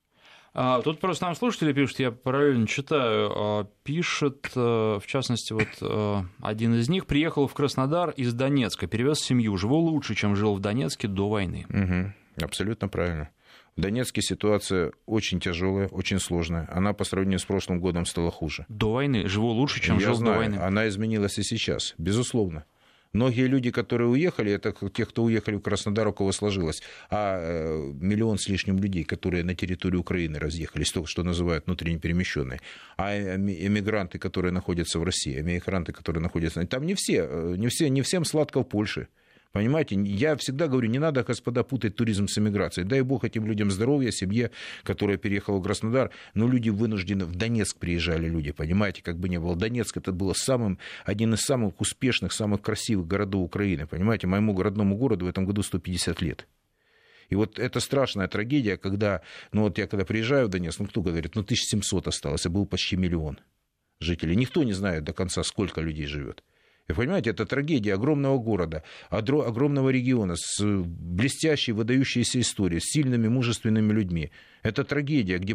А, тут просто нам слушатели пишут, я параллельно читаю, пишет, в частности, вот один из них приехал в Краснодар из Донецка, перевез семью, живу лучше, чем жил в Донецке до войны. Угу, абсолютно правильно. В Донецке ситуация очень тяжелая, очень сложная. Она по сравнению с прошлым годом стала хуже. До войны живу лучше, чем Я жил знаю, до войны. Она изменилась и сейчас, безусловно. Многие люди, которые уехали, это те, кто уехали в Краснодар, у кого сложилось. А э, миллион с лишним людей, которые на территории Украины разъехались, то, что называют внутренне перемещенные. А эмигранты, которые находятся в России, эмигранты, которые находятся... Там не все, не все, не всем сладко в Польше. Понимаете, я всегда говорю, не надо, господа, путать туризм с эмиграцией. Дай бог этим людям здоровья, семье, которая переехала в Краснодар. Но люди вынуждены, в Донецк приезжали люди, понимаете, как бы ни было. Донецк это было самым, один из самых успешных, самых красивых городов Украины. Понимаете, моему родному городу в этом году сто пятьдесят лет. И вот это страшная трагедия, когда, ну вот я когда приезжаю в Донецк, ну кто говорит, ну тысяча семьсот осталось, а был почти миллион жителей. Никто не знает до конца, сколько людей живет. Вы понимаете, это трагедия огромного города, огромного региона с блестящей, выдающейся историей, с сильными, мужественными людьми. Это трагедия, где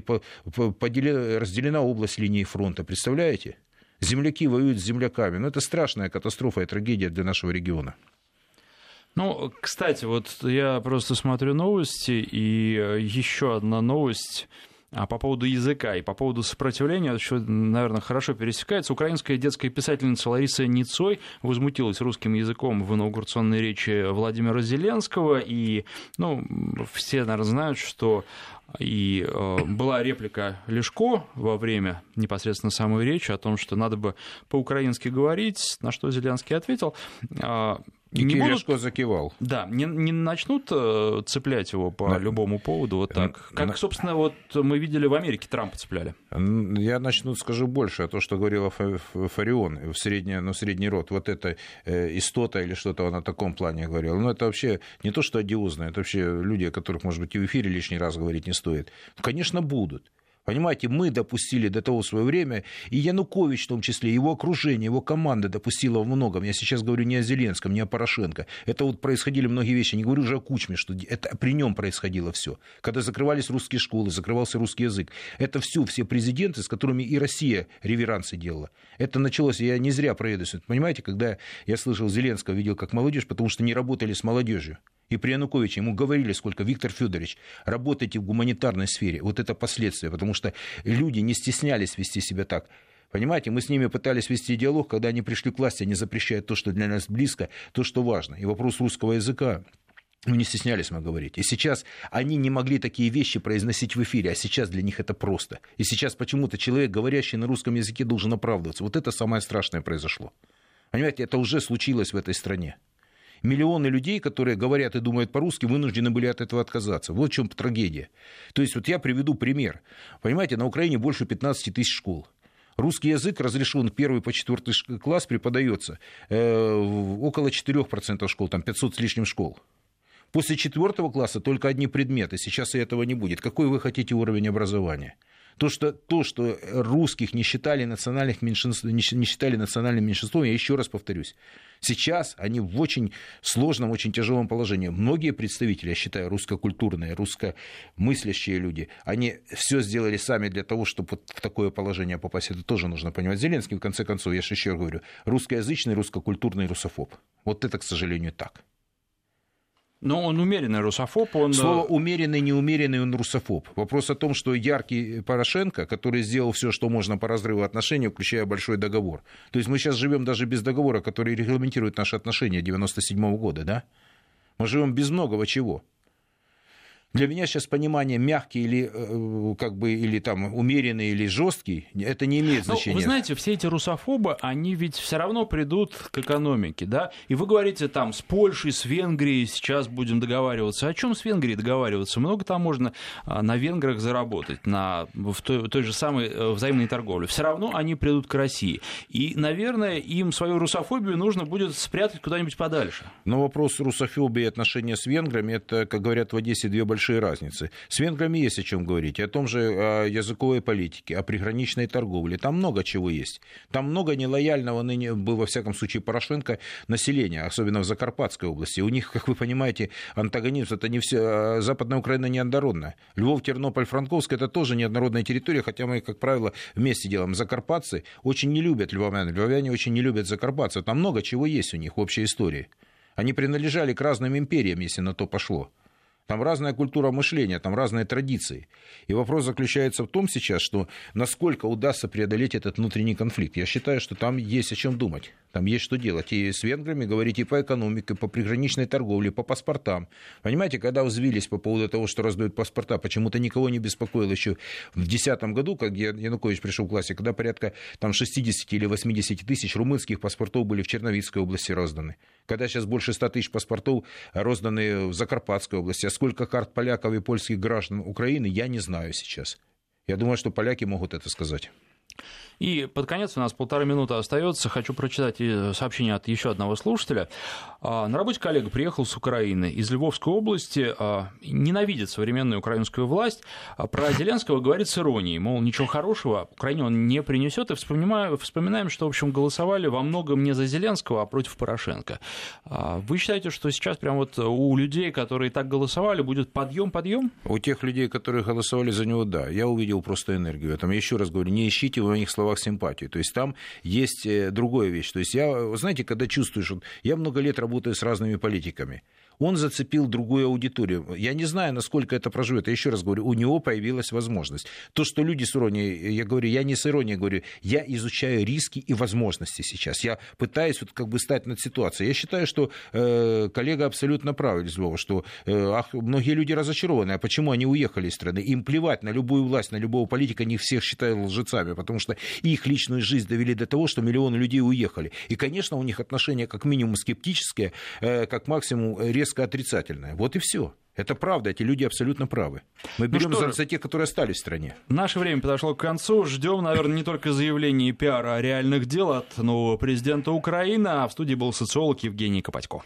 разделена область линии фронта. Представляете? Земляки воюют с земляками. Ну, это страшная катастрофа и трагедия для нашего региона. Ну, кстати, вот я просто смотрю новости, и еще одна новость А по поводу языка и по поводу сопротивления, еще, наверное, хорошо пересекается. Украинская детская писательница Лариса Ницой возмутилась русским языком в инаугурационной речи Владимира Зеленского. И, ну, все, наверное, знают, что и э, была реплика Лешко во время непосредственно самой речи о том, что надо бы по-украински говорить, на что Зеленский ответил. Э, Не будут... Лешко закивал. Да, не, не начнут цеплять его по на... любому поводу вот так. Как, на... собственно, вот мы видели в Америке, Трампа цепляли. Я начну, скажу больше. То, что говорила Фарион, в средний, ну, средний род, вот это э, истота или что-то он о таком плане говорил. Ну, это вообще не то, что одиозно, это вообще люди, о которых, может быть, и в эфире лишний раз говорить не стоит. Ну, конечно, будут. Понимаете, мы допустили до того свое время, и Янукович в том числе, его окружение, его команда допустила во многом. Я сейчас говорю не о Зеленском, не о Порошенко. Это вот происходили многие вещи. Не говорю уже о Кучме, что это при нем происходило все. Когда закрывались русские школы, закрывался русский язык. Это все, все президенты, с которыми и Россия реверансы делала. Это началось, я не зря про это. Понимаете, когда я слышал Зеленского, видел как молодежь, потому что не работали с молодежью. И при Януковиче ему говорили сколько: Виктор Федорович, работайте в гуманитарной сфере. Вот это последствия, потому что люди не стеснялись вести себя так. Понимаете, мы с ними пытались вести диалог, когда они пришли к власти, они запрещают то, что для нас близко, то, что важно. И вопрос русского языка, мы не стеснялись мы говорить. И сейчас они не могли такие вещи произносить в эфире, а сейчас для них это просто. И сейчас почему-то человек, говорящий на русском языке, должен оправдываться. Вот это самое страшное произошло. Понимаете, это уже случилось в этой стране. Миллионы людей, которые говорят и думают по-русски, вынуждены были от этого отказаться. Вот в чем трагедия. То есть вот я приведу пример. Понимаете, на Украине больше пятнадцать тысяч школ. Русский язык разрешен первый по четвертый класс, преподается э, около четыре процента школ, там пятьсот с лишним школ. После четвертого класса только одни предметы. Сейчас и этого не будет. Какой вы хотите уровень образования? То, что, то, что русских не считали, национальных меньшинств, не считали национальным меньшинством, я еще раз повторюсь, сейчас они в очень сложном, очень тяжелом положении. Многие представители, я считаю, русско-культурные, русско-мыслящие люди, они все сделали сами для того, чтобы вот в такое положение попасть. Это тоже нужно понимать. Зеленский, в конце концов, я же еще раз говорю, русскоязычный, русско-культурный русофоб. Вот это, к сожалению, так. Но он умеренный русофоб. Он... Слово умеренный, неумеренный, он русофоб. Вопрос о том, что яркий Порошенко, который сделал все, что можно по разрыву отношений, включая большой договор. То есть мы сейчас живем даже без договора, который регламентирует наши отношения девяносто седьмого года, да? Мы живем без многого чего. Для меня сейчас понимание мягкий или, как бы, или там, умеренный или жесткий, это не имеет значения. Ну, вы знаете, все эти русофобы, они ведь все равно придут к экономике, да? И вы говорите, там, с Польшей, с Венгрией сейчас будем договариваться. О чем с Венгрией договариваться? Много там можно на венграх заработать, на, в той, той же самой взаимной торговле. Все равно они придут к России. И, наверное, им свою русофобию нужно будет спрятать куда-нибудь подальше. Но вопрос русофобии и отношения с венграми, это, как говорят в Одессе, две большие разницы. С венграми есть о чем говорить, о том же о языковой политике, о приграничной торговле. Там много чего есть. Там много нелояльного ныне, был, во всяком случае, Порошенко, населения, особенно в Закарпатской области. У них, как вы понимаете, антагонизм, это не все, Западная Украина неоднородная. Львов, Тернополь, Франковск, это тоже неоднородная территория, хотя мы, как правило, вместе делаем. Закарпатцы очень не любят львовяне, львовяне очень не любят закарпатцев. Там много чего есть у них в общей истории. Они принадлежали к разным империям, если на то пошло. Там разная культура мышления, там разные традиции. И вопрос заключается в том сейчас, что насколько удастся преодолеть этот внутренний конфликт. Я считаю, что там есть о чем думать. Там есть что делать. И с венграми говорить и по экономике, по приграничной торговле, по паспортам. Понимаете, когда взвились по поводу того, что раздают паспорта, почему-то никого не беспокоило еще в две тысячи десятом году, когда Янукович пришел к власти, когда порядка там, шестьдесят или восемьдесят тысяч румынских паспортов были в Черновицкой области розданы. Когда сейчас больше ста тысяч паспортов розданы в Закарпатской области. А сколько карт поляков и польских граждан Украины, я не знаю сейчас. Я думаю, что поляки могут это сказать. И под конец, у нас полторы минуты остается, хочу прочитать сообщение от еще одного слушателя. На работе коллега приехал с Украины, из Львовской области, ненавидит современную украинскую власть. Про Зеленского говорит с иронией, мол, ничего хорошего Украине он не принесет. И вспоминаем, вспоминаем, что, в общем, голосовали во многом не за Зеленского, а против Порошенко. Вы считаете, что сейчас прям вот у людей, которые так голосовали, будет подъем-подъем? У тех людей, которые голосовали за него, да. Я увидел просто энергию. Там, еще раз говорю, не ищите в них словах симпатию. То есть там есть другая вещь. То есть я, знаете, когда чувствуешь, я много лет работаю с разными политиками. он зацепил другую аудиторию. Я не знаю, насколько это проживет. Я еще раз говорю, у него появилась возможность. То, что люди с иронией, я говорю, я не с иронией говорю, я изучаю риски и возможности сейчас. Я пытаюсь вот как бы стать над ситуацией. Я считаю, что э, коллега абсолютно прав, Львова, что э, ах, многие люди разочарованы. А почему они уехали из страны? Им плевать на любую власть, на любого политика, они всех считают лжецами, потому что их личную жизнь довели до того, что миллионы людей уехали. И, конечно, у них отношение как минимум скептическое, э, как максимум резко отрицательное. Вот и все. Это правда, эти люди абсолютно правы. Мы берем ну за, за тех, которые остались в стране. Наше время подошло к концу. Ждем, наверное, не только заявлений и пиара, а реальных дел от нового президента Украины. А в студии был социолог Евгений Копатько.